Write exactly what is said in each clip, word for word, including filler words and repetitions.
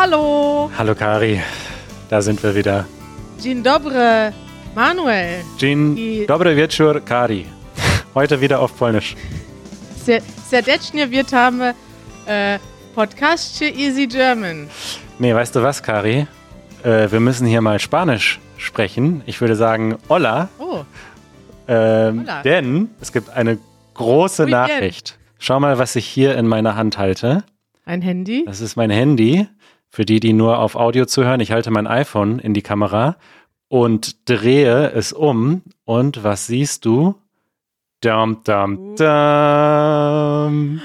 Hallo. Hallo Kari, da sind wir wieder. Dzień dobry, Manuel. Dzień dobry wieczór, Kari. Heute wieder auf Polnisch. Serdeczne witamy äh, Podcastcie Easy German. Nee, weißt du was, Kari? Äh, wir müssen hier mal Spanisch sprechen. Ich würde sagen, hola. Oh. Ähm, Hola. Denn es gibt eine große Muy Nachricht. Schau mal, was ich hier in meiner Hand halte. Ein Handy? Das ist mein Handy. Für die, die nur auf Audio zuhören, ich halte mein iPhone in die Kamera und drehe es um. Und was siehst du? Dum, dum, dum.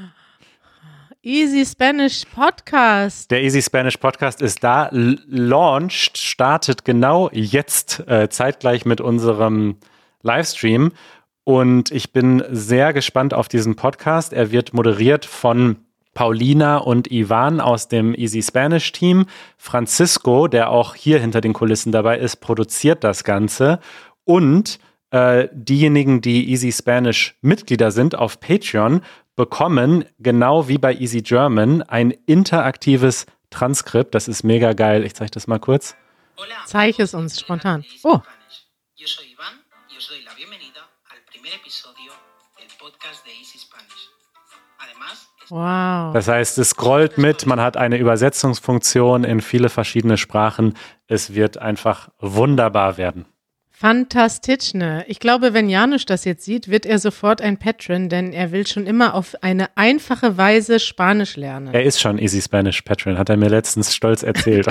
Easy Spanish Podcast. Der Easy Spanish Podcast ist da, l- launched, startet genau jetzt, äh, zeitgleich mit unserem Livestream. Und ich bin sehr gespannt auf diesen Podcast. Er wird moderiert von Paulina und Ivan aus dem Easy Spanish Team. Francisco, der auch hier hinter den Kulissen dabei ist, produziert das Ganze. Und äh, diejenigen, die Easy Spanish Mitglieder sind auf Patreon, bekommen, genau wie bei Easy German, ein interaktives Transkript. Das ist mega geil. Ich zeige das mal kurz. Zeig es uns spontan. Oh. Yo soy Iván y os doy la bienvenida al primer episodio del podcast de Easy Spanish. Además, Wow. Das heißt, es scrollt mit, man hat eine Übersetzungsfunktion in viele verschiedene Sprachen. Es wird einfach wunderbar werden. Fantastisch, ne? Ich glaube, wenn Janusz das jetzt sieht, wird er sofort ein Patron, denn er will schon immer auf eine einfache Weise Spanisch lernen. Er ist schon Easy Spanish Patron, hat er mir letztens stolz erzählt.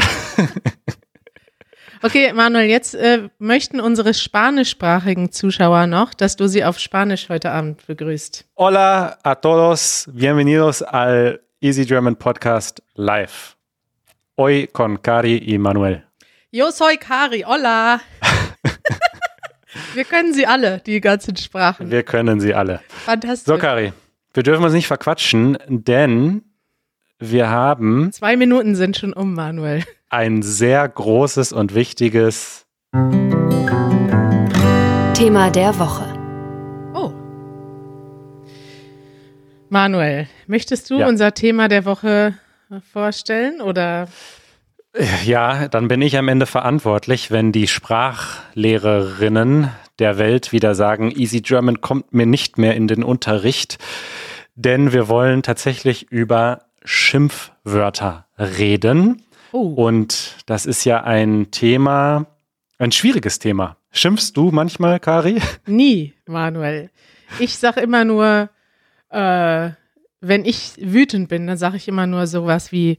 Okay, Manuel, jetzt äh, möchten unsere spanischsprachigen Zuschauer noch, dass du sie auf Spanisch heute Abend begrüßt. Hola a todos, bienvenidos al Easy German Podcast live. Hoy con Kari y Manuel. Yo soy Kari, hola. Wir können sie alle, die ganzen Sprachen. Wir können sie alle. Fantastisch. So, Kari, wir dürfen uns nicht verquatschen, denn wir haben Zwei Minuten sind schon um, Manuel. ein sehr großes und wichtiges Thema der Woche. Oh. Manuel, möchtest du Ja. unser Thema der Woche vorstellen oder? Ja, dann bin ich am Ende verantwortlich, wenn die Sprachlehrerinnen der Welt wieder sagen, Easy German kommt mir nicht mehr in den Unterricht, denn wir wollen tatsächlich über Schimpfwörter reden. Oh. Und das ist ja ein Thema, ein schwieriges Thema. Schimpfst du manchmal, Kari? Nie, Manuel. Ich sag immer nur, äh, wenn ich wütend bin, dann sage ich immer nur sowas wie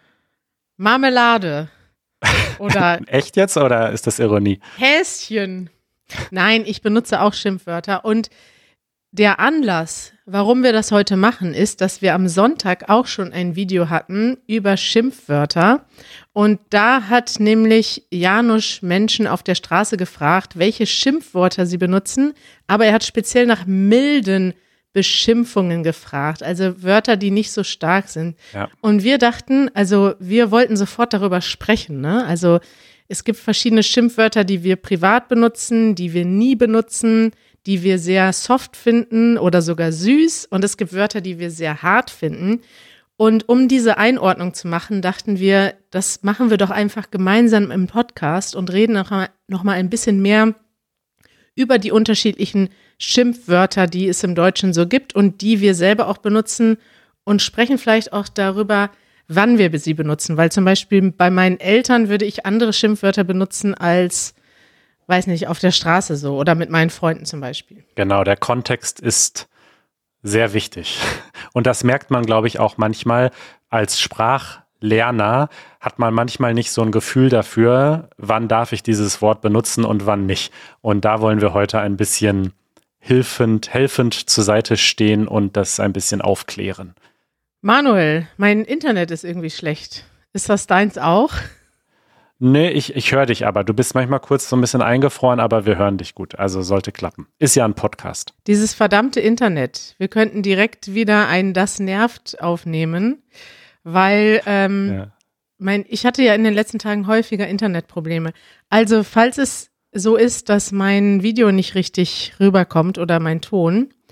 Marmelade oder Echt jetzt oder ist das Ironie? Häschen. Nein, ich benutze auch Schimpfwörter und der Anlass, warum wir das heute machen, ist, dass wir am Sonntag auch schon ein Video hatten über Schimpfwörter und da hat nämlich Janusz Menschen auf der Straße gefragt, welche Schimpfwörter sie benutzen, aber er hat speziell nach milden Beschimpfungen gefragt, also Wörter, die nicht so stark sind. Ja. Und wir dachten, also wir wollten sofort darüber sprechen, ne? Also es gibt verschiedene Schimpfwörter, die wir privat benutzen, die wir nie benutzen, die wir sehr soft finden oder sogar süß. Und es gibt Wörter, die wir sehr hart finden. Und um diese Einordnung zu machen, dachten wir, das machen wir doch einfach gemeinsam im Podcast und reden noch mal, noch mal ein bisschen mehr über die unterschiedlichen Schimpfwörter, die es im Deutschen so gibt und die wir selber auch benutzen und sprechen vielleicht auch darüber, wann wir sie benutzen. Weil zum Beispiel bei meinen Eltern würde ich andere Schimpfwörter benutzen als, weiß nicht, auf der Straße so oder mit meinen Freunden zum Beispiel. Genau, der Kontext ist sehr wichtig. Und das merkt man, glaube ich, auch manchmal als Sprachlerner hat man manchmal nicht so ein Gefühl dafür, wann darf ich dieses Wort benutzen und wann nicht. Und da wollen wir heute ein bisschen hilfend, helfend zur Seite stehen und das ein bisschen aufklären. Manuel, mein Internet ist irgendwie schlecht. Ist das deins auch? Nee, ich, ich höre dich aber. Du bist manchmal kurz so ein bisschen eingefroren, aber wir hören dich gut. Also sollte klappen. Ist ja ein Podcast. Dieses verdammte Internet. Wir könnten direkt wieder ein Das nervt aufnehmen, weil ähm, Ja. mein, ich hatte ja in den letzten Tagen häufiger Internetprobleme. Also falls es so ist, dass mein Video nicht richtig rüberkommt oder mein Ton,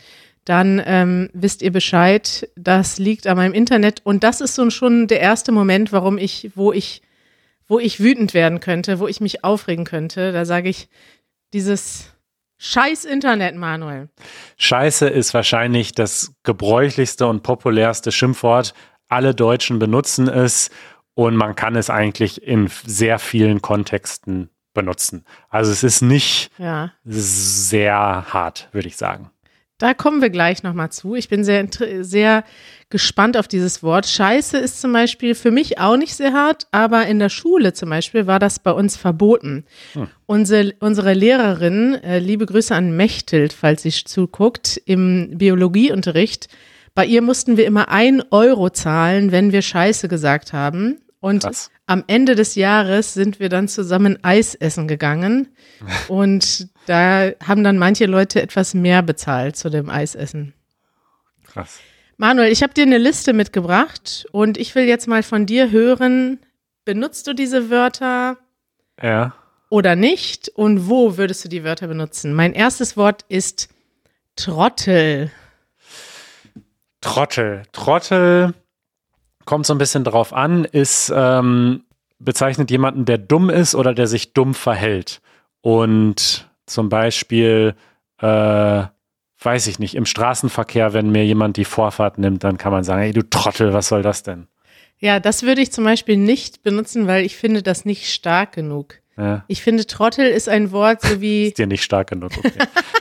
dann ähm, wisst ihr Bescheid. Das liegt an meinem Internet. Und das ist so schon der erste Moment, warum ich, wo ich, wo ich wütend werden könnte, wo ich mich aufregen könnte. Da sage ich, dieses scheiß Internet, Manuel. Scheiße ist wahrscheinlich das gebräuchlichste und populärste Schimpfwort. Alle Deutschen benutzen es und man kann es eigentlich in sehr vielen Kontexten benutzen. Also es ist nicht ja. sehr hart, würde ich sagen. Da kommen wir gleich nochmal zu. Ich bin sehr, sehr gespannt auf dieses Wort. Scheiße ist zum Beispiel für mich auch nicht sehr hart, aber in der Schule zum Beispiel war das bei uns verboten. Hm. Unsere, unsere Lehrerin, äh, liebe Grüße an Mechthild, falls sie zuguckt, im Biologieunterricht, bei ihr mussten wir immer ein Euro zahlen, wenn wir Scheiße gesagt haben. Und Krass. Am Ende des Jahres sind wir dann zusammen Eis essen gegangen und da haben dann manche Leute etwas mehr bezahlt zu dem Eisessen. Krass. Manuel, ich habe dir eine Liste mitgebracht und ich will jetzt mal von dir hören, benutzt du diese Wörter ja. oder nicht und wo würdest du die Wörter benutzen? Mein erstes Wort ist Trottel. Trottel. Trottel. Kommt so ein bisschen drauf an, ist, ähm, bezeichnet jemanden, der dumm ist oder der sich dumm verhält. Und zum Beispiel, äh, weiß ich nicht, im Straßenverkehr, wenn mir jemand die Vorfahrt nimmt, dann kann man sagen, hey, du Trottel, was soll das denn? Ja, das würde ich zum Beispiel nicht benutzen, weil ich finde das nicht stark genug. Ja. Ich finde, Trottel ist ein Wort so wie... Ist dir nicht stark genug, okay.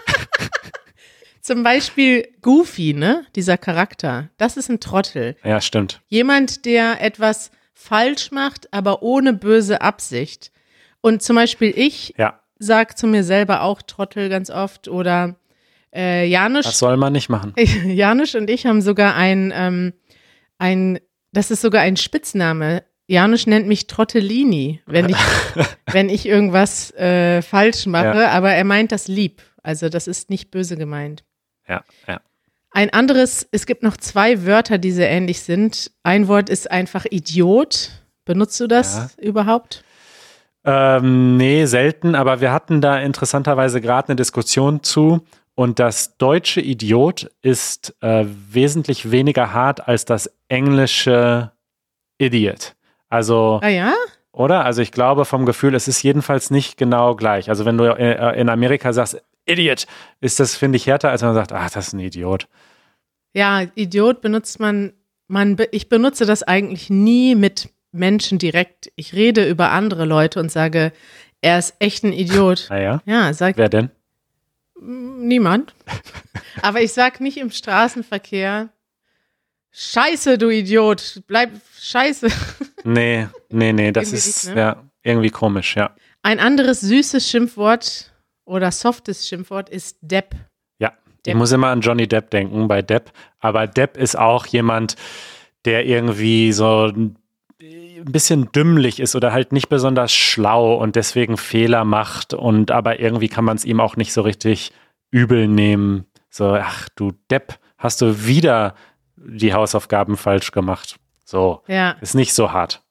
Zum Beispiel Goofy, ne? Dieser Charakter. Das ist ein Trottel. Ja, stimmt. Jemand, der etwas falsch macht, aber ohne böse Absicht. Und zum Beispiel ich ja. sage zu mir selber auch Trottel ganz oft. Oder äh, Janusz. Das soll man nicht machen. Janusz und ich haben sogar ein, ähm, ein, das ist sogar ein Spitzname. Janusz nennt mich Trottellini, wenn ich, wenn ich irgendwas äh, falsch mache. Ja. Aber er meint das lieb. Also das ist nicht böse gemeint. Ja, ja. Ein anderes, es gibt noch zwei Wörter, die sehr ähnlich sind. Ein Wort ist einfach Idiot. Benutzt du das ja. überhaupt? Ähm, nee, selten, aber wir hatten da interessanterweise gerade eine Diskussion zu und das deutsche Idiot ist äh, wesentlich weniger hart als das englische Idiot. Also, ah ja? Oder? Also ich glaube vom Gefühl, es ist jedenfalls nicht genau gleich. Also wenn du in Amerika sagst, Idiot, ist das, finde ich, härter, als wenn man sagt, ach, das ist ein Idiot. Ja, Idiot benutzt man, man, ich benutze das eigentlich nie mit Menschen direkt. Ich rede über andere Leute und sage, er ist echt ein Idiot. Ah ja? Ja, sag. Wer denn? Niemand. Aber ich sag nicht im Straßenverkehr, Scheiße, du Idiot, bleib scheiße. Nee, nee, nee, das ist nicht, ne? Ja, irgendwie komisch, ja. Ein anderes süßes Schimpfwort oder softes Schimpfwort ist Depp. Ja, Depp. Ich muss immer an Johnny Depp denken bei Depp, aber Depp ist auch jemand, der irgendwie so ein bisschen dümmlich ist oder halt nicht besonders schlau und deswegen Fehler macht und aber irgendwie kann man es ihm auch nicht so richtig übel nehmen. So, ach du Depp, hast du wieder die Hausaufgaben falsch gemacht. So, ja. Ist nicht so hart.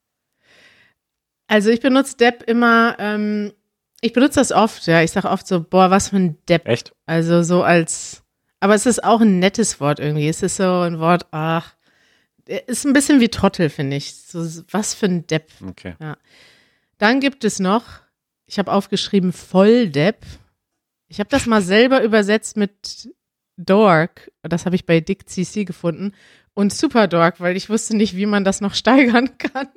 Also ich benutze Depp immer, ähm, ich benutze das oft, ja. Ich sage oft so, boah, was für ein Depp. Echt? Also so als, aber es ist auch ein nettes Wort irgendwie. Es ist so ein Wort, ach, ist ein bisschen wie Trottel, finde ich. So, was für ein Depp. Okay. Ja. Dann gibt es noch, ich habe aufgeschrieben, Volldepp. Ich habe das mal selber übersetzt mit Dork. Das habe ich bei Dick C C gefunden. Und Super Dork, weil ich wusste nicht, wie man das noch steigern kann.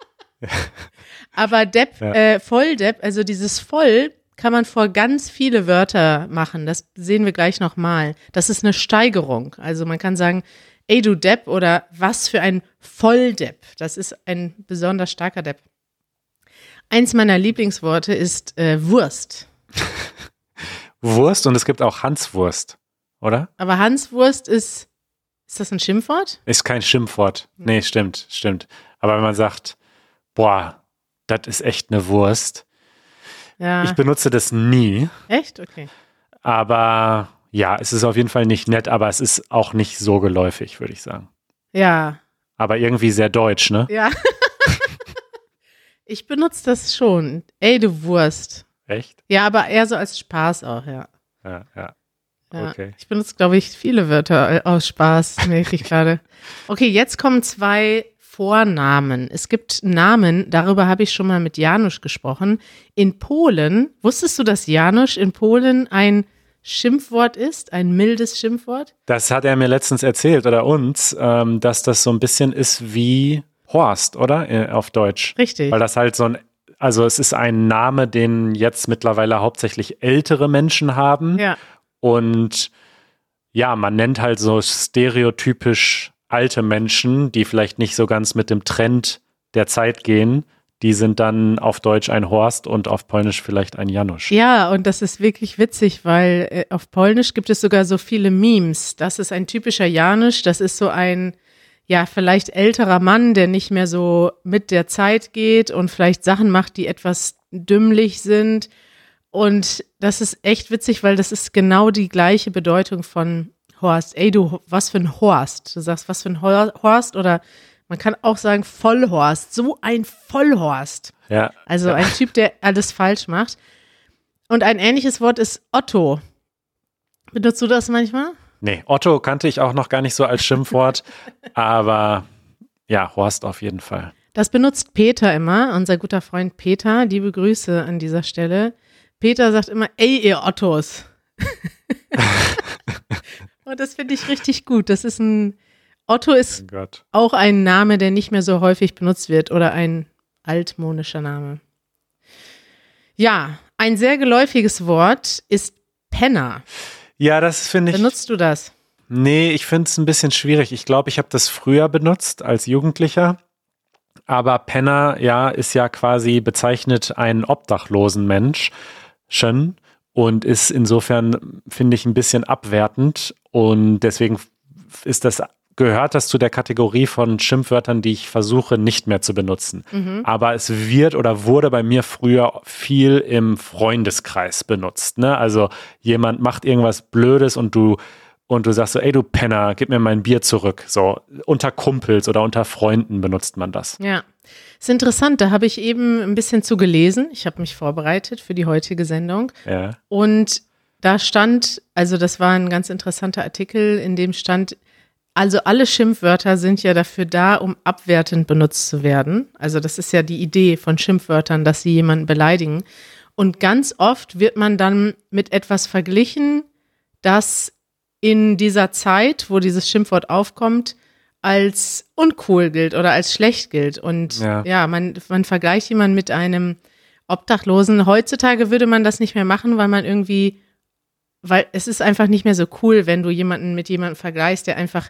Aber Depp, ja. äh, Volldepp, also dieses Voll kann man vor ganz viele Wörter machen. Das sehen wir gleich nochmal. Das ist eine Steigerung. Also man kann sagen, ey du Depp oder was für ein Volldepp. Das ist ein besonders starker Depp. Eins meiner Lieblingsworte ist äh, Wurst. Wurst und es gibt auch Hanswurst, oder? Aber Hanswurst ist, ist das ein Schimpfwort? Ist kein Schimpfwort. Nee, stimmt, stimmt. Aber wenn man sagt, boah, das ist echt eine Wurst. Ja. Ich benutze das nie. Echt? Okay. Aber ja, es ist auf jeden Fall nicht nett, aber es ist auch nicht so geläufig, würde ich sagen. Ja. Aber irgendwie sehr deutsch, ne? Ja. Ich benutze das schon. Ey, du Wurst. Echt? Ja, aber eher so als Spaß auch, ja. Ja, ja. Ja, Okay. ich benutze, glaube ich, viele Wörter aus Spaß, merke ich gerade. Okay, jetzt kommen zwei Vornamen. Es gibt Namen, darüber habe ich schon mal mit Janusz gesprochen. In Polen, wusstest du, dass Janusz in Polen ein Schimpfwort ist, ein mildes Schimpfwort? Das hat er mir letztens erzählt oder uns, ähm, dass das so ein bisschen ist wie Horst, oder? Äh, Auf Deutsch. Richtig. Weil das halt so ein, also es ist ein Name, den jetzt mittlerweile hauptsächlich ältere Menschen haben. Ja. Und ja, man nennt halt so stereotypisch alte Menschen, die vielleicht nicht so ganz mit dem Trend der Zeit gehen. Die sind dann auf Deutsch ein Horst und auf Polnisch vielleicht ein Janusz. Ja, und das ist wirklich witzig, weil äh, auf Polnisch gibt es sogar so viele Memes. Das ist ein typischer Janusz, das ist so ein, ja, vielleicht älterer Mann, der nicht mehr so mit der Zeit geht und vielleicht Sachen macht, die etwas dümmlich sind. Und das ist echt witzig, weil das ist genau die gleiche Bedeutung von Horst. Ey, du, was für ein Horst. Du sagst, was für ein Hor- Horst oder man kann auch sagen Vollhorst. So ein Vollhorst. Ja. Also ein Typ, der alles falsch macht. Und ein ähnliches Wort ist Otto. Benutzt du das manchmal? Nee, Otto kannte ich auch noch gar nicht so als Schimpfwort, aber ja, Horst auf jeden Fall. Das benutzt Peter immer, unser guter Freund Peter. Liebe Grüße an dieser Stelle. Peter sagt immer, ey, ihr Ottos. Und das finde ich richtig gut. Das ist ein, Otto ist Oh Gott. auch ein Name, der nicht mehr so häufig benutzt wird oder ein altmodischer Name. Ja, ein sehr geläufiges Wort ist Penner. Ja, das finde ich. Benutzt du das? Nee, ich finde es ein bisschen schwierig. Ich glaube, ich habe das früher benutzt als Jugendlicher. Aber Penner, ja, ist ja quasi bezeichnet einen obdachlosen Mensch schon und ist insofern, finde ich, ein bisschen abwertend. Und deswegen ist das, gehört das zu der Kategorie von Schimpfwörtern, die ich versuche, nicht mehr zu benutzen. Mhm. Aber es wird oder wurde bei mir früher viel im Freundeskreis benutzt. Ne? Also jemand macht irgendwas Blödes und du Und du sagst so, ey du Penner, gib mir mein Bier zurück. So, unter Kumpels oder unter Freunden benutzt man das. Ja, ist interessant. Da habe ich eben ein bisschen zu gelesen. Ich habe mich vorbereitet für die heutige Sendung. Ja. Und da stand, also das war ein ganz interessanter Artikel, in dem stand, also alle Schimpfwörter sind ja dafür da, um abwertend benutzt zu werden. Also das ist ja die Idee von Schimpfwörtern, dass sie jemanden beleidigen. Und ganz oft wird man dann mit etwas verglichen, das in dieser Zeit, wo dieses Schimpfwort aufkommt, als uncool gilt oder als schlecht gilt. Und ja, Ja. man, man vergleicht jemanden mit einem Obdachlosen. Heutzutage würde man das nicht mehr machen, weil man irgendwie, weil es ist einfach nicht mehr so cool, wenn du jemanden mit jemandem vergleichst, der einfach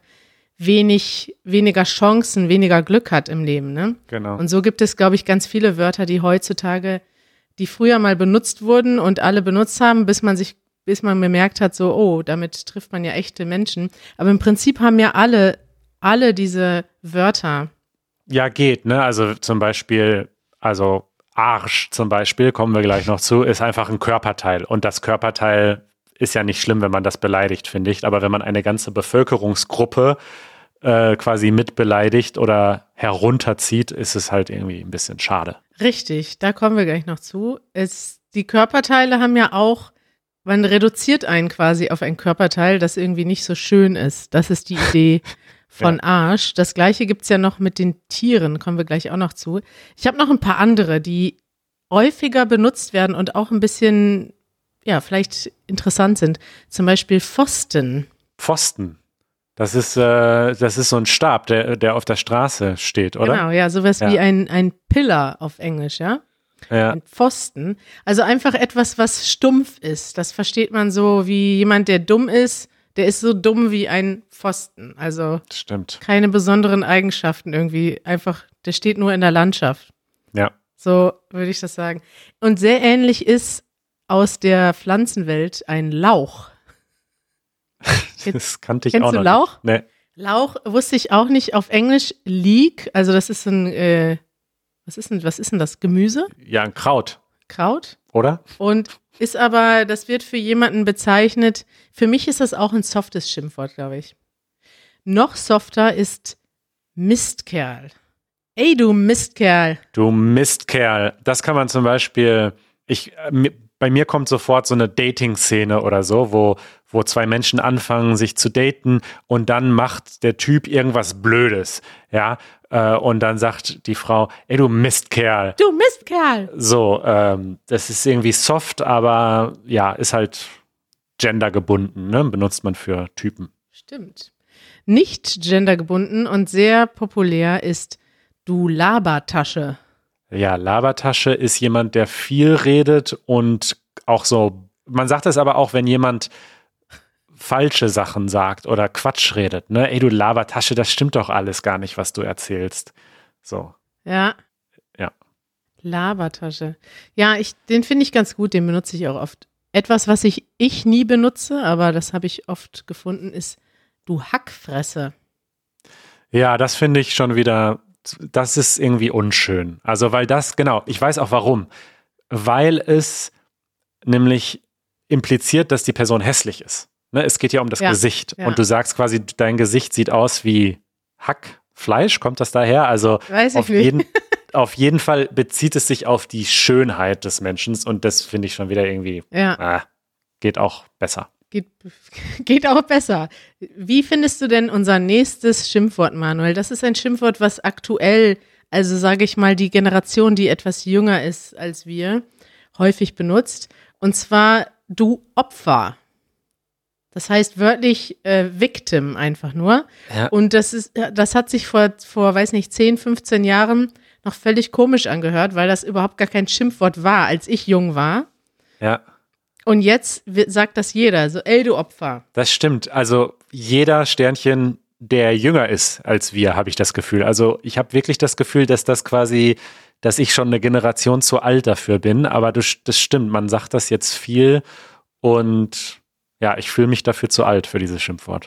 wenig, weniger Chancen, weniger Glück hat im Leben, ne? Genau. Und so gibt es, glaube ich, ganz viele Wörter, die heutzutage, die früher mal benutzt wurden und alle benutzt haben, bis man sich bis man bemerkt hat, so, oh, damit trifft man ja echte Menschen. Aber im Prinzip haben ja alle, alle diese Wörter. Ja, geht, ne? Also zum Beispiel, also Arsch zum Beispiel, kommen wir gleich noch zu, ist einfach ein Körperteil. Und das Körperteil ist ja nicht schlimm, wenn man das beleidigt, finde ich. Aber wenn man eine ganze Bevölkerungsgruppe äh, quasi mit beleidigt oder herunterzieht, ist es halt irgendwie ein bisschen schade. Richtig, da kommen wir gleich noch zu. Es, die Körperteile haben ja auch, man reduziert einen quasi auf ein Körperteil, das irgendwie nicht so schön ist. Das ist die Idee von Ja. Arsch. Das Gleiche gibt's ja noch mit den Tieren, kommen wir gleich auch noch zu. Ich habe noch ein paar andere, die häufiger benutzt werden und auch ein bisschen, ja, vielleicht interessant sind. Zum Beispiel Pfosten. Pfosten. Das ist, äh, das ist so ein Stab, der, der auf der Straße steht, oder? Genau, ja, sowas Ja. wie ein, ein Pillar auf Englisch, ja. Ja. Ein Pfosten. Also einfach etwas, was stumpf ist. Das versteht man so wie jemand, der dumm ist, der ist so dumm wie ein Pfosten. Also Stimmt. keine besonderen Eigenschaften irgendwie. Einfach, der steht nur in der Landschaft. Ja. So würde ich das sagen. Und sehr ähnlich ist aus der Pflanzenwelt ein Lauch. Das kannte ich Kennst auch du noch Lauch? nicht. Nee. Lauch wusste ich auch nicht. Auf Englisch Leek, also das ist ein, äh, was ist denn, was ist denn das? Gemüse? Ja, ein Kraut, Kraut? oder? Und ist aber, das wird für jemanden bezeichnet, für mich ist das auch ein softes Schimpfwort, glaube ich. Noch softer ist Mistkerl. Ey, du Mistkerl. Du Mistkerl. Das kann man zum Beispiel, ich, äh, mir- bei mir kommt sofort so eine Dating-Szene oder so, wo, wo zwei Menschen anfangen, sich zu daten und dann macht der Typ irgendwas Blödes, ja, äh, und dann sagt die Frau, ey, du Mistkerl. Du Mistkerl. So, ähm, das ist irgendwie soft, aber ja, ist halt gendergebunden, ne? Benutzt man für Typen. Stimmt. Nicht gendergebunden und sehr populär ist du Labertasche. Ja, Labertasche ist jemand, der viel redet und auch so, man sagt es aber auch, wenn jemand falsche Sachen sagt oder Quatsch redet, ne? Ey, du Labertasche, das stimmt doch alles gar nicht, was du erzählst. So. Ja. Ja. Labertasche. Ja, ich, den finde ich ganz gut, den benutze ich auch oft. Etwas, was ich, ich nie benutze, aber das habe ich oft gefunden, ist du Hackfresse. Ja, das finde ich schon wieder, das ist irgendwie unschön. Also, weil das, genau, ich weiß auch warum. Weil es nämlich impliziert, dass die Person hässlich ist. Ne? Es geht ja um das Ja, Gesicht. ja. Und du sagst quasi, dein Gesicht sieht aus wie Hackfleisch, kommt das daher? Also Weiß ich auf nicht. jeden, auf jeden Fall bezieht es sich auf die Schönheit des Menschen und das finde ich schon wieder irgendwie, Ja. ah, geht auch besser. Geht, geht auch besser. Wie findest du denn unser nächstes Schimpfwort, Manuel? Das ist ein Schimpfwort, was aktuell, also sage ich mal, die Generation, die etwas jünger ist als wir, häufig benutzt. Und zwar du Opfer. Das heißt wörtlich äh, Victim einfach nur. Ja. Und das ist, das hat sich vor, vor, weiß nicht, zehn, fünfzehn Jahren noch völlig komisch angehört, weil das überhaupt gar kein Schimpfwort war, als ich jung war. Ja. Und jetzt wi- sagt das jeder, so, ey, du Opfer. Das stimmt. Also jeder Sternchen, der jünger ist als wir, habe ich das Gefühl. Also ich habe wirklich das Gefühl, dass das quasi, dass ich schon eine Generation zu alt dafür bin. Aber das, das stimmt, man sagt das jetzt viel und ja, ich fühle mich dafür zu alt für dieses Schimpfwort.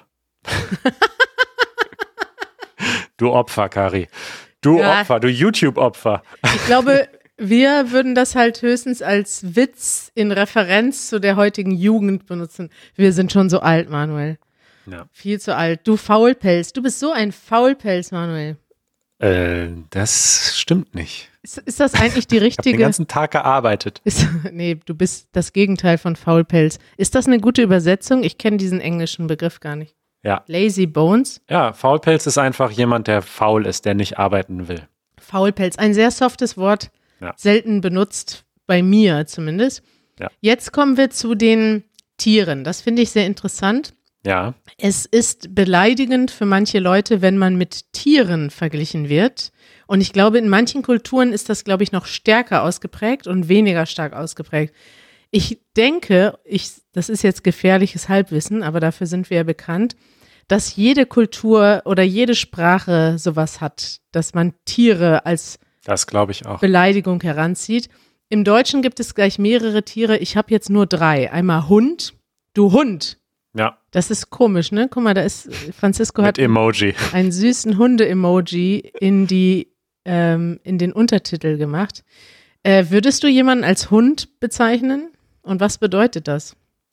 Du Opfer, Kari. Du Ja. Opfer, du YouTube-Opfer. Ich glaube, wir würden das halt höchstens als Witz in Referenz zu der heutigen Jugend benutzen. Wir sind schon so alt, Manuel. Ja. Viel zu alt. Du Faulpelz. Du bist so ein Faulpelz, Manuel. Äh, das stimmt nicht. Ist, ist das eigentlich die Ich habe den richtige? ganzen Tag gearbeitet. Ist, nee, du bist das Gegenteil von Faulpelz. Ist das eine gute Übersetzung? Ich kenne diesen englischen Begriff gar nicht. Ja. Lazy Bones. Ja, Faulpelz ist einfach jemand, der faul ist, der nicht arbeiten will. Faulpelz. Ein sehr softes Wort. Ja. Selten benutzt, bei mir zumindest. Ja. Jetzt kommen wir zu den Tieren. Das finde ich sehr interessant. Ja. Es ist beleidigend für manche Leute, wenn man mit Tieren verglichen wird. Und ich glaube, in manchen Kulturen ist das, glaube ich, noch stärker ausgeprägt und weniger stark ausgeprägt. Ich denke, ich, das ist jetzt gefährliches Halbwissen, aber dafür sind wir ja bekannt, dass jede Kultur oder jede Sprache sowas hat, dass man Tiere als Das glaube ich auch. Beleidigung heranzieht. Im Deutschen gibt es gleich mehrere Tiere. Ich habe jetzt nur drei. Einmal Hund. Du Hund. Ja, Das ist komisch, ne? Guck mal, da ist, Francisco mit hat Emoji. einen süßen Hunde-Emoji in die, ähm, in den Untertitel gemacht. Äh, würdest du jemanden als Hund bezeichnen? Und was bedeutet das?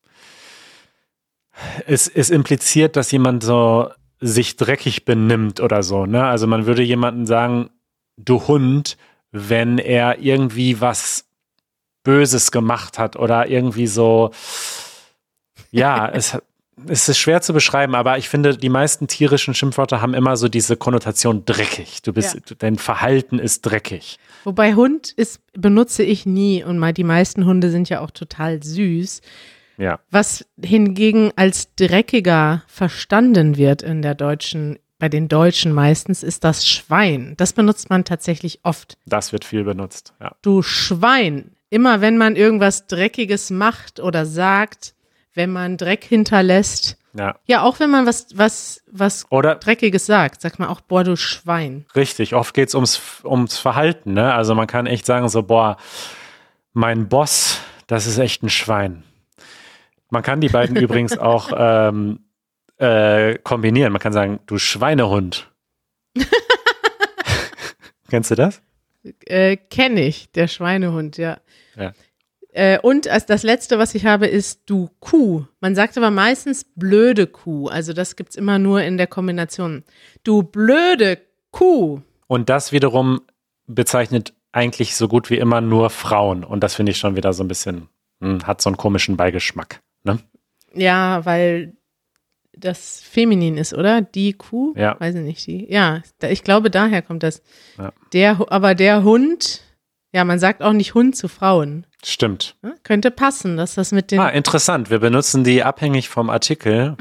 Es, es impliziert, dass jemand so sich dreckig benimmt oder so, ne? Also man würde jemandem sagen, du Hund, wenn er irgendwie was Böses gemacht hat oder irgendwie so, ja, es, es ist schwer zu beschreiben, aber ich finde, die meisten tierischen Schimpfwörter haben immer so diese Konnotation dreckig. Du bist, Ja. dein Verhalten ist dreckig. Wobei Hund ist, benutze ich nie und mal die meisten Hunde sind ja auch total süß. Ja. Was hingegen als dreckiger verstanden wird in der deutschen, bei den Deutschen meistens, ist das Schwein. Das benutzt man tatsächlich oft. Das wird viel benutzt, ja. Du Schwein. Immer wenn man irgendwas Dreckiges macht oder sagt, wenn man Dreck hinterlässt. Ja, Ja, auch wenn man was, was, was oder Dreckiges sagt, sagt man auch, boah, du Schwein. richtig, oft geht es ums, ums Verhalten, ne? Also man kann echt sagen so, boah, mein Boss, das ist echt ein Schwein. Man kann die beiden übrigens auch ähm, äh, kombinieren. Man kann sagen, du Schweinehund. Kennst du das? Äh, Kenne ich, der Schweinehund, ja. Ja. Äh, und als das letzte, was ich habe, ist du Kuh. Man sagt aber meistens blöde Kuh. Also das gibt's immer nur in der Kombination. Du blöde Kuh. Und das wiederum bezeichnet eigentlich so gut wie immer nur Frauen. Und das finde ich schon wieder so ein bisschen, Hm, hat so einen komischen Beigeschmack, ne? Ja, weil das feminin ist, oder? Die Kuh? Ja. Weiß ich nicht, die. Ja, da, ich glaube, daher kommt das. Ja. Der, aber der Hund, ja, man sagt auch nicht Hund zu Frauen. Stimmt. Ja, könnte passen, dass das mit den. Ah, interessant. Wir benutzen die abhängig vom Artikel.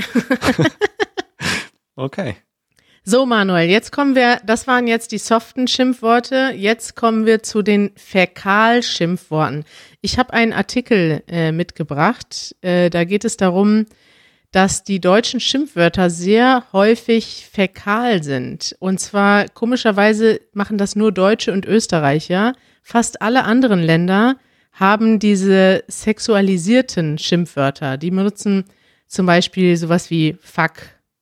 Okay. So, Manuel, jetzt kommen wir, das waren jetzt die soften Schimpfworte, jetzt kommen wir zu den Fäkal-Schimpfworten. Ich habe einen Artikel äh, mitgebracht, äh, da geht es darum, dass die deutschen Schimpfwörter sehr häufig fäkal sind. Und zwar, komischerweise machen das nur Deutsche und Österreicher. Fast alle anderen Länder haben diese sexualisierten Schimpfwörter. Die benutzen zum Beispiel sowas wie fuck.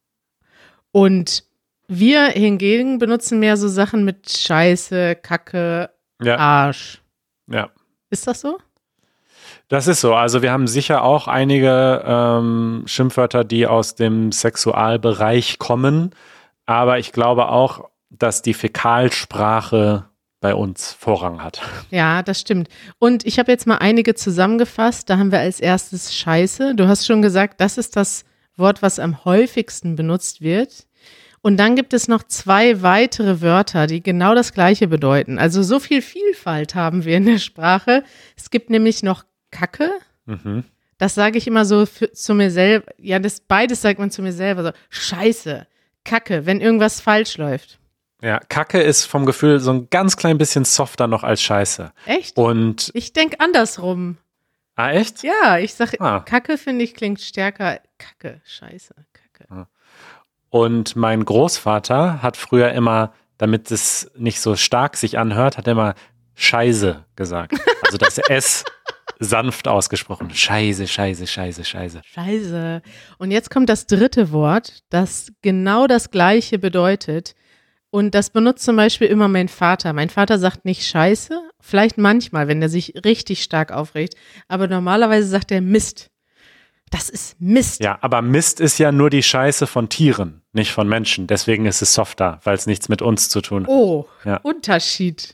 Und wir hingegen benutzen mehr so Sachen mit Scheiße, Kacke, Ja. Arsch. Ja. Ist das so? Das ist so. Also wir haben sicher auch einige ähm, Schimpfwörter, die aus dem Sexualbereich kommen. Aber ich glaube auch, dass die Fäkalsprache bei uns Vorrang hat. Ja, das stimmt. Und ich habe jetzt mal einige zusammengefasst. Da haben wir als erstes Scheiße. Du hast schon gesagt, das ist das Wort, was am häufigsten benutzt wird. Und dann gibt es noch zwei weitere Wörter, die genau das Gleiche bedeuten. Also so viel Vielfalt haben wir in der Sprache. Es gibt nämlich noch Kacke. Mhm. Das sage ich immer so für, zu mir selber. Ja, das beides sagt man zu mir selber so. Scheiße, Kacke, wenn irgendwas falsch läuft. Ja, Kacke ist vom Gefühl so ein ganz klein bisschen softer noch als Scheiße. Echt? Und, Ich denke andersrum. ah echt? Ja, ich sage, Ah. Kacke finde ich klingt stärker. Kacke, Scheiße, Kacke. Und mein Großvater hat früher immer, damit es nicht so stark sich anhört, hat er immer Scheiße gesagt. Also das S sanft ausgesprochen. Scheiße, Scheiße, Scheiße, Scheiße. Scheiße. Und jetzt kommt das dritte Wort, das genau das Gleiche bedeutet. Und das benutzt zum Beispiel immer mein Vater. Mein Vater sagt nicht Scheiße, vielleicht manchmal, wenn er sich richtig stark aufregt. Aber normalerweise sagt er Mist. Das ist Mist. Ja, aber Mist ist ja nur die Scheiße von Tieren, nicht von Menschen. Deswegen ist es softer, weil es nichts mit uns zu tun hat. Oh, Ja. Unterschied.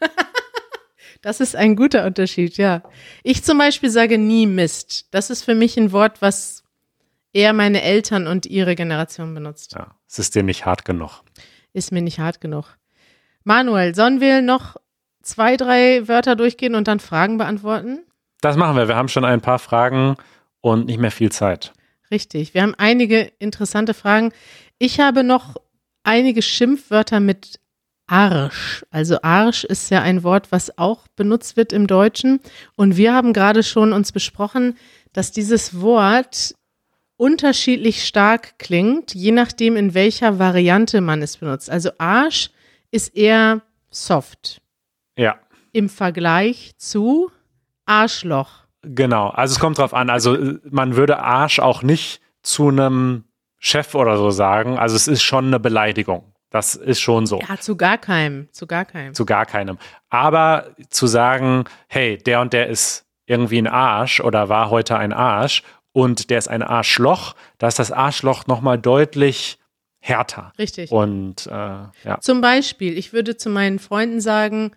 Das ist ein guter Unterschied, ja. Ich zum Beispiel sage nie Mist. Das ist für mich ein Wort, was eher meine Eltern und ihre Generation benutzt. Ja, es ist dir nicht hart genug. Ist mir nicht hart genug. Manuel, sollen wir noch zwei, drei Wörter durchgehen und dann Fragen beantworten? Das machen wir. Wir haben schon ein paar Fragen und nicht mehr viel Zeit. Richtig. Wir haben einige interessante Fragen. Ich habe noch einige Schimpfwörter mit Arsch. Also Arsch ist ja ein Wort, was auch benutzt wird im Deutschen. Und wir haben gerade schon uns besprochen, dass dieses Wort unterschiedlich stark klingt, je nachdem, in welcher Variante man es benutzt. Also Arsch ist eher soft Ja, im Vergleich zu Arschloch. genau. Also es kommt drauf an. Also äh, man würde Arsch auch nicht zu einem Chef oder so sagen. Also es ist schon eine Beleidigung. Das ist schon so. Ja, zu gar keinem, zu gar keinem. Zu gar keinem. Aber zu sagen, hey, der und der ist irgendwie ein Arsch oder war heute ein Arsch und der ist ein Arschloch, da ist das Arschloch nochmal deutlich härter. Richtig. Und äh, ja. Zum Beispiel, ich würde zu meinen Freunden sagen,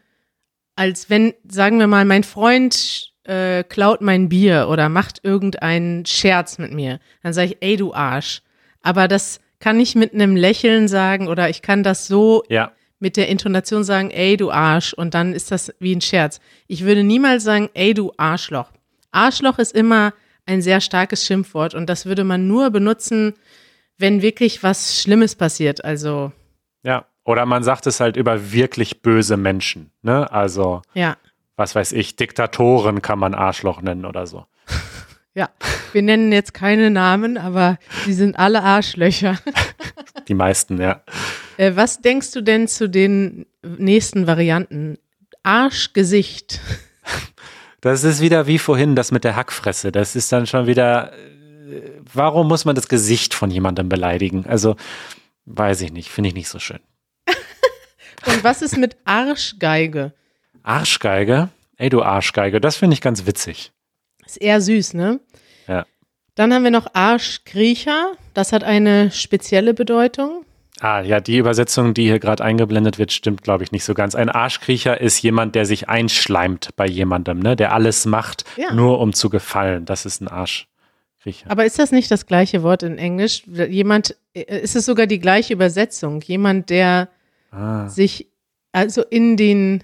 als wenn, sagen wir mal, mein Freund äh, klaut mein Bier oder macht irgendeinen Scherz mit mir, dann sage ich, ey, du Arsch. Aber das kann ich mit einem Lächeln sagen oder ich kann das so Ja, mit der Intonation sagen, ey, du Arsch, und dann ist das wie ein Scherz. Ich würde niemals sagen, ey, du Arschloch. Arschloch ist immer ein sehr starkes Schimpfwort und das würde man nur benutzen, wenn wirklich was Schlimmes passiert. Also, ja. Oder man sagt es halt über wirklich böse Menschen. Ne? Also, ja. was weiß ich, Diktatoren kann man Arschloch nennen oder so. Ja, wir nennen jetzt keine Namen, aber die sind alle Arschlöcher. Die meisten, ja. Äh, was denkst du denn zu den nächsten Varianten? Arschgesicht. Das ist wieder wie vorhin das mit der Hackfresse. Das ist dann schon wieder, äh, warum muss man das Gesicht von jemandem beleidigen? Also, weiß ich nicht, finde ich nicht so schön. Und was ist mit Arschgeige? Arschgeige? Ey, du Arschgeige, das finde ich ganz witzig. Ist eher süß, ne? Ja. Dann haben wir noch Arschkriecher. Das hat eine spezielle Bedeutung. Ah, ja, die Übersetzung, die hier gerade eingeblendet wird, stimmt, glaube ich, nicht so ganz. Ein Arschkriecher ist jemand, der sich einschleimt bei jemandem, ne? Der alles macht, Ja. nur um zu gefallen. Das ist ein Arschkriecher. Aber ist das nicht das gleiche Wort in Englisch? Jemand, ist es sogar die gleiche Übersetzung? Jemand, der Ah. sich also in den,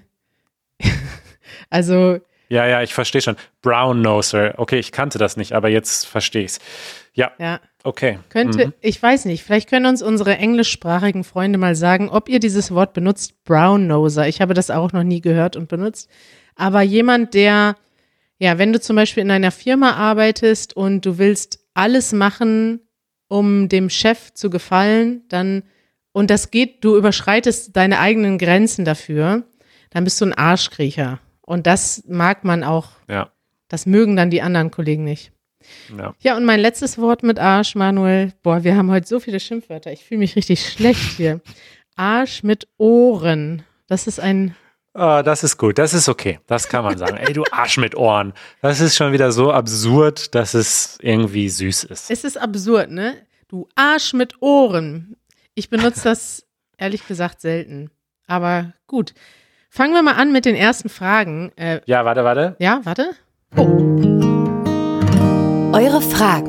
also Ja, ja, ich verstehe schon. Brown Noser. Okay, ich kannte das nicht, aber jetzt verstehe ich's. Ja, ja, okay. könnte, Mhm. ich weiß nicht, vielleicht können uns unsere englischsprachigen Freunde mal sagen, ob ihr dieses Wort benutzt, Brown Noser. Ich habe das auch noch nie gehört und benutzt. Aber jemand, der, ja, wenn du zum Beispiel in einer Firma arbeitest und du willst alles machen, um dem Chef zu gefallen, dann, und das geht, du überschreitest deine eigenen Grenzen dafür, dann bist du ein Arschkriecher. Und das mag man auch, Ja, das mögen dann die anderen Kollegen nicht. ja. Ja, und mein letztes Wort mit Arsch, Manuel. Boah, wir haben heute so viele Schimpfwörter. Ich fühle mich richtig schlecht hier. Arsch mit Ohren. Das ist ein, Ah, das ist gut, das ist okay. Das kann man sagen. Ey, du Arsch mit Ohren. Das ist schon wieder so absurd, dass es irgendwie süß ist. es ist absurd, ne? Du Arsch mit Ohren. Ich benutze das ehrlich gesagt selten. Aber gut. Fangen wir mal an mit den ersten Fragen. Äh, Ja, warte, warte. ja, warte. Eure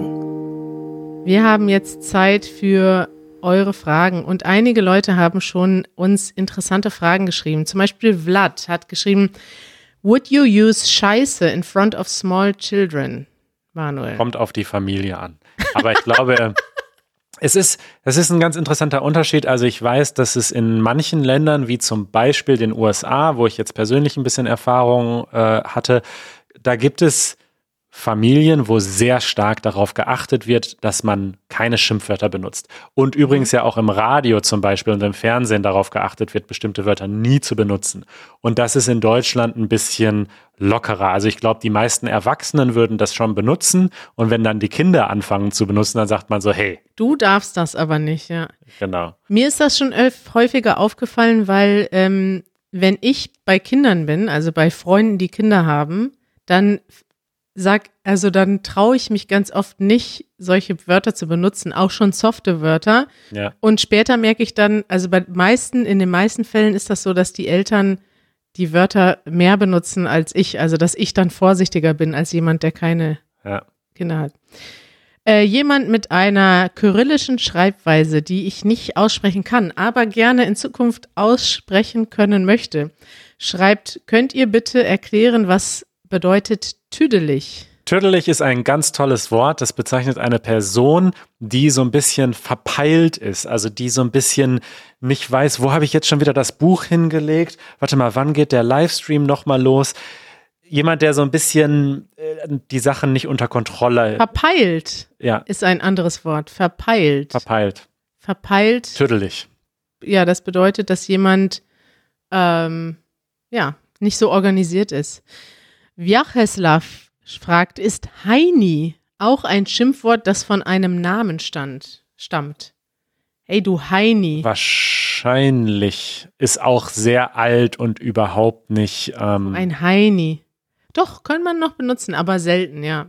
Fragen. Wir haben jetzt Zeit für eure Fragen und einige Leute haben schon uns interessante Fragen geschrieben. Zum Beispiel Vlad hat geschrieben, would you use Scheiße in front of small children? Manuel. Kommt auf die Familie an. Aber ich glaube, es ist, es ist ein ganz interessanter Unterschied. Also ich weiß, dass es in manchen Ländern, wie zum Beispiel den U S A, wo ich jetzt persönlich ein bisschen Erfahrung äh, hatte, da gibt es Familien, wo sehr stark darauf geachtet wird, dass man keine Schimpfwörter benutzt. Und übrigens ja auch im Radio zum Beispiel und im Fernsehen darauf geachtet wird, bestimmte Wörter nie zu benutzen. Und das ist in Deutschland ein bisschen lockerer. Also ich glaube, die meisten Erwachsenen würden das schon benutzen. Und wenn dann die Kinder anfangen zu benutzen, dann sagt man so, hey, Du darfst das aber nicht, ja. genau. Mir ist das schon öf- häufiger aufgefallen, weil ähm, wenn ich bei Kindern bin, also bei Freunden, die Kinder haben, dann sag, also dann traue ich mich ganz oft nicht, solche Wörter zu benutzen, auch schon softe Wörter. Ja, Und später merke ich dann, also bei meisten, in den meisten Fällen ist das so, dass die Eltern die Wörter mehr benutzen als ich, also dass ich dann vorsichtiger bin als jemand, der keine ja. Kinder hat. Äh, jemand mit einer kyrillischen Schreibweise, die ich nicht aussprechen kann, aber gerne in Zukunft aussprechen können möchte, schreibt, könnt ihr bitte erklären, was bedeutet tüdelig? Tüdelig ist ein ganz tolles Wort. Das bezeichnet eine Person, die so ein bisschen verpeilt ist. Also die so ein bisschen nicht weiß, wo habe ich jetzt schon wieder das Buch hingelegt? Warte mal, wann geht der Livestream nochmal los? Jemand, der so ein bisschen äh, die Sachen nicht unter Kontrolle, Verpeilt ja, ist ein anderes Wort. Verpeilt. verpeilt. Verpeilt, Tüdelig. ja, das bedeutet, dass jemand ähm, ja, nicht so organisiert ist. Vyacheslav fragt, ist Heini auch ein Schimpfwort, das von einem Namen stand, stammt? Hey, du Heini. Wahrscheinlich ist auch sehr alt und überhaupt nicht. Ähm, Ein Heini. Doch, kann man noch benutzen, aber selten, ja.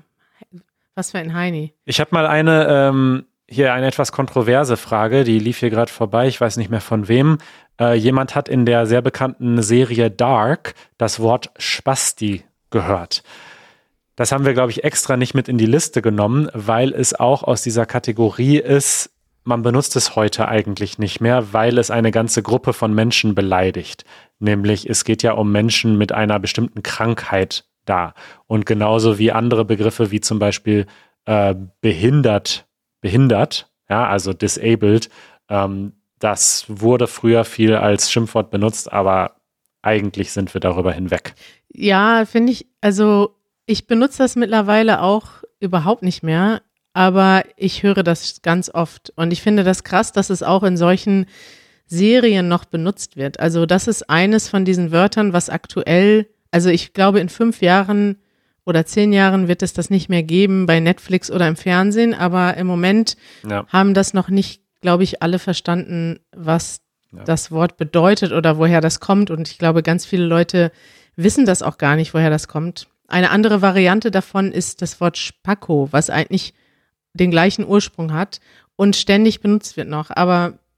Was für ein Heini. Ich habe mal eine, ähm, hier eine etwas kontroverse Frage, die lief hier gerade vorbei, ich weiß nicht mehr von wem. Äh, jemand hat in der sehr bekannten Serie Dark das Wort Spasti gehört. Das haben wir, glaube ich, extra nicht mit in die Liste genommen, weil es auch aus dieser Kategorie ist, man benutzt es heute eigentlich nicht mehr, weil es eine ganze Gruppe von Menschen beleidigt. Nämlich, es geht ja um Menschen mit einer bestimmten Krankheit da. Und genauso wie andere Begriffe, wie zum Beispiel äh, behindert, behindert, ja, also disabled, ähm, das wurde früher viel als Schimpfwort benutzt, aber eigentlich sind wir darüber hinweg. Ja, finde ich, also ich benutze das mittlerweile auch überhaupt nicht mehr, aber ich höre das ganz oft. Und ich finde das krass, dass es auch in solchen Serien noch benutzt wird. Also das ist eines von diesen Wörtern, was aktuell, also ich glaube in fünf Jahren oder zehn Jahren wird es das nicht mehr geben bei Netflix oder im Fernsehen, aber im Moment Ja. haben das noch nicht, glaube ich, alle verstanden, was Ja. das Wort bedeutet oder woher das kommt. Und ich glaube, ganz viele Leute wissen das auch gar nicht, woher das kommt. Eine andere Variante davon ist das Wort Spacko, was eigentlich den gleichen Ursprung hat und ständig benutzt wird noch. Aber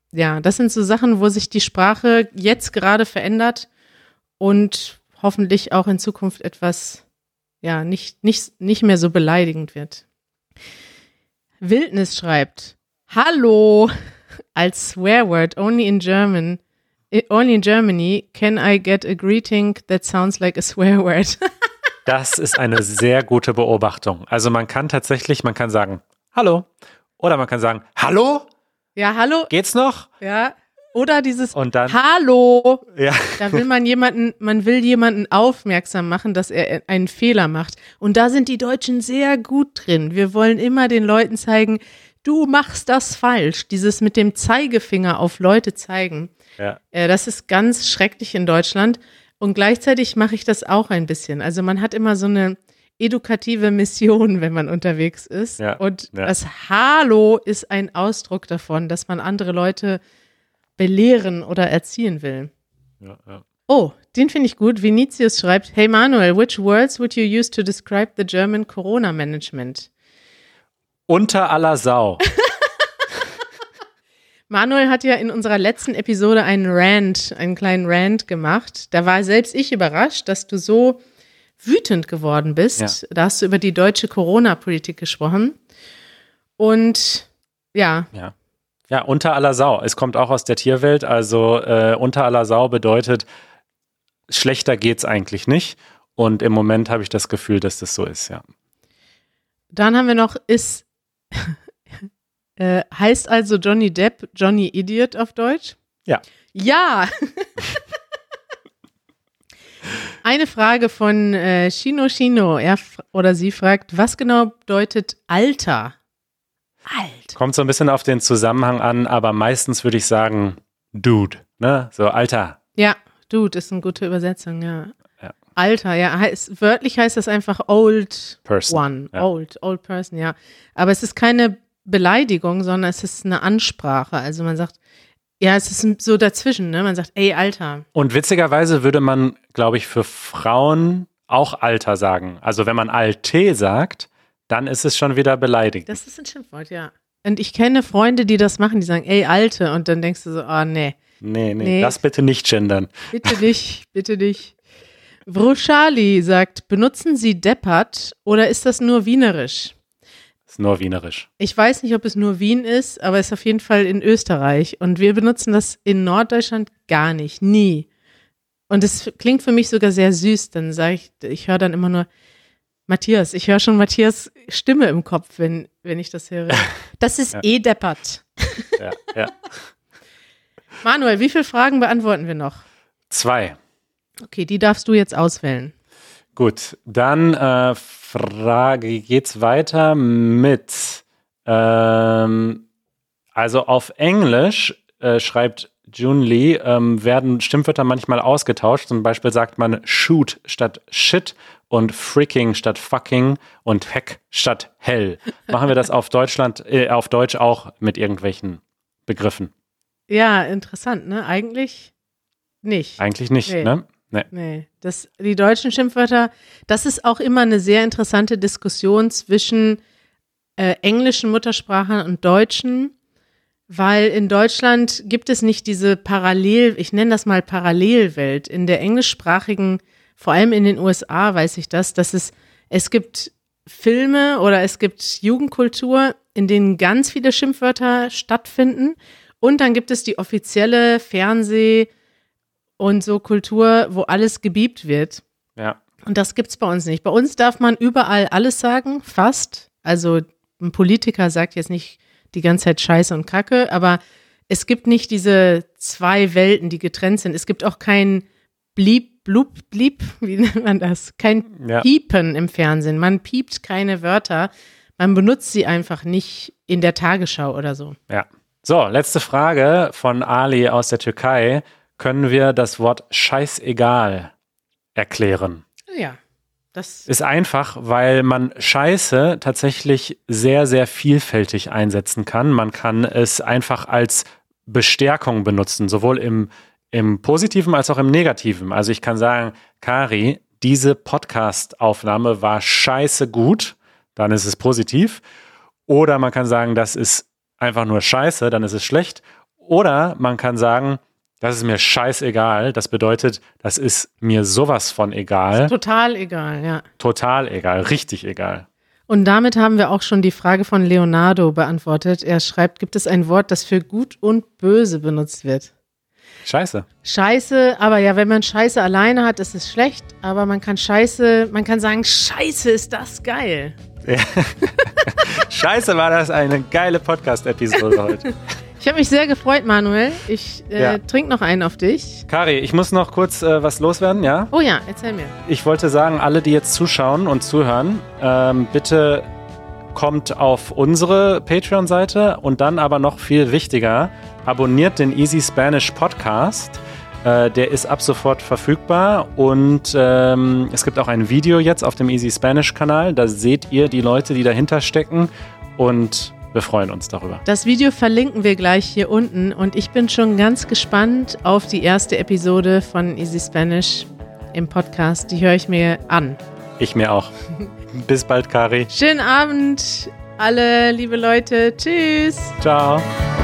ja, das sind so Sachen, wo sich die Sprache jetzt gerade verändert und hoffentlich auch in Zukunft etwas, ja, nicht, nicht, nicht mehr so beleidigend wird. Wildnis schreibt, Hallo, als Swearword only in German, only in Germany can I get a greeting that sounds like a swear word. Das ist eine sehr gute Beobachtung. Also man kann tatsächlich, man kann sagen, Hallo, oder man kann sagen, Hallo? Ja, hallo. Geht's noch? Ja. Oder dieses Und dann, Hallo. Ja. Da will man jemanden, man will jemanden aufmerksam machen, dass er einen Fehler macht. Und da sind die Deutschen sehr gut drin. Wir wollen immer den Leuten zeigen, du machst das falsch. Dieses mit dem Zeigefinger auf Leute zeigen. Ja. Äh, das ist ganz schrecklich in Deutschland. Und gleichzeitig mache ich das auch ein bisschen. Also man hat immer so eine edukative Mission, wenn man unterwegs ist. Ja, Und ja. das Hallo ist ein Ausdruck davon, dass man andere Leute belehren oder erziehen will. Ja, ja. Oh, den finde ich gut. Vinicius schreibt, Hey Manuel, which words would you use to describe the German Corona Management? Unter aller Sau. Manuel hat ja in unserer letzten Episode einen Rant, einen kleinen Rant gemacht. Da war selbst ich überrascht, dass du so wütend geworden bist. Ja. Da hast du über die deutsche Corona-Politik gesprochen. Und ja. Ja. Ja, unter aller Sau. Es kommt auch aus der Tierwelt. Also äh, unter aller Sau bedeutet, schlechter geht's eigentlich nicht. Und im Moment habe ich das Gefühl, dass das so ist, ja. Dann haben wir noch, ist, äh, heißt also Johnny Depp Johnny Idiot auf Deutsch? Ja. Ja! Eine Frage von äh, Shino Shino. Er f- oder sie fragt, was genau bedeutet Alter? Alt. Kommt so ein bisschen auf den Zusammenhang an, aber meistens würde ich sagen, Dude, ne? So, Alter. Ja, Dude ist eine gute Übersetzung, ja. Ja. Alter, ja. Heißt, wörtlich heißt das einfach Old Person, One. ja. Old, Old Person, ja. Aber es ist keine Beleidigung, sondern es ist eine Ansprache. Also man sagt, ja, es ist so dazwischen, ne? Man sagt, ey, Alter. Und witzigerweise würde man, glaube ich, für Frauen auch Alter sagen. Also wenn man Alte sagt, dann ist es schon wieder beleidigt. Das ist ein Schimpfwort, ja. Und ich kenne Freunde, die das machen, die sagen, ey, Alte. Und dann denkst du so, ah, oh, nee. Nee, nee, Nee. das bitte nicht gendern. Bitte nicht, bitte nicht. Vroschali sagt, benutzen Sie deppert oder ist das nur wienerisch? Ist nur wienerisch. Ich weiß nicht, ob es nur Wien ist, aber es ist auf jeden Fall in Österreich. Und wir benutzen das in Norddeutschland gar nicht, nie. Und es klingt für mich sogar sehr süß. Dann sage ich, ich höre dann immer nur Matthias. Ich höre schon Matthias Stimme im Kopf, wenn, wenn ich das höre. Das ist Ja. eh deppert. Ja, ja. Manuel, wie viele Fragen beantworten wir noch? Zwei. Okay, die darfst du jetzt auswählen. Gut, dann äh, Frage, geht's weiter mit, ähm, also auf Englisch äh, schreibt Jun Lee, ähm, werden Stimmwörter manchmal ausgetauscht. Zum Beispiel sagt man shoot statt shit und freaking statt fucking und heck statt hell. Machen wir das auf Deutschland, äh, auf Deutsch auch mit irgendwelchen Begriffen? Ja, interessant, ne? Eigentlich nicht. Eigentlich nicht, Nee. ne? Nee. Nee, das, die deutschen Schimpfwörter, das ist auch immer eine sehr interessante Diskussion zwischen äh, englischen Muttersprachlern und Deutschen, weil in Deutschland gibt es nicht diese Parallel, ich nenne das mal Parallelwelt. In der englischsprachigen, vor allem in den U S A weiß ich das, dass es, es gibt Filme oder es gibt Jugendkultur, in denen ganz viele Schimpfwörter stattfinden und dann gibt es die offizielle Fernseh- und so Kultur, wo alles gebiebt wird. Ja. Und das gibt's bei uns nicht. Bei uns darf man überall alles sagen, fast. Also ein Politiker sagt jetzt nicht die ganze Zeit Scheiße und Kacke, aber es gibt nicht diese zwei Welten, die getrennt sind. Es gibt auch kein Blieb, Blub, Blieb, wie nennt man das? Kein Ja. Piepen im Fernsehen. Man piept keine Wörter. Man benutzt sie einfach nicht in der Tagesschau oder so. Ja. So, letzte Frage von Ali aus der Türkei. Können wir das Wort scheißegal erklären? Ja, das Ist einfach, weil man Scheiße tatsächlich sehr, sehr vielfältig einsetzen kann. Man kann es einfach als Bestärkung benutzen, sowohl im, im Positiven als auch im Negativen. Also ich kann sagen, Kari, diese Podcast-Aufnahme war scheiße gut, dann ist es positiv. Oder man kann sagen, das ist einfach nur scheiße, dann ist es schlecht. Oder man kann sagen, das ist mir scheißegal. Das bedeutet, das ist mir sowas von egal. Total egal, ja. Total egal, richtig egal. Und damit haben wir auch schon die Frage von Leonardo beantwortet. Er schreibt, gibt es ein Wort, das für gut und böse benutzt wird? Scheiße. Scheiße, aber ja, wenn man Scheiße alleine hat, ist es schlecht. Aber man kann Scheiße, man kann sagen, Scheiße, ist das geil. Ja. Scheiße, war das eine geile Podcast-Episode heute. Ich habe mich sehr gefreut, Manuel. Ich äh, Ja. trinke noch einen auf dich. Kari, ich muss noch kurz äh, was loswerden, ja? Oh ja, erzähl mir. Ich wollte sagen, alle, die jetzt zuschauen und zuhören, ähm, bitte kommt auf unsere Patreon-Seite und dann aber noch viel wichtiger, abonniert den Easy Spanish Podcast. Äh, der ist ab sofort verfügbar und ähm, es gibt auch ein Video jetzt auf dem Easy Spanish Kanal. Da seht ihr die Leute, die dahinter stecken und wir freuen uns darüber. Das Video verlinken wir gleich hier unten und ich bin schon ganz gespannt auf die erste Episode von Easy Spanish im Podcast. Die höre ich mir an. Ich mir auch. Bis bald, Kari. Schönen Abend, alle liebe Leute. Tschüss. Ciao.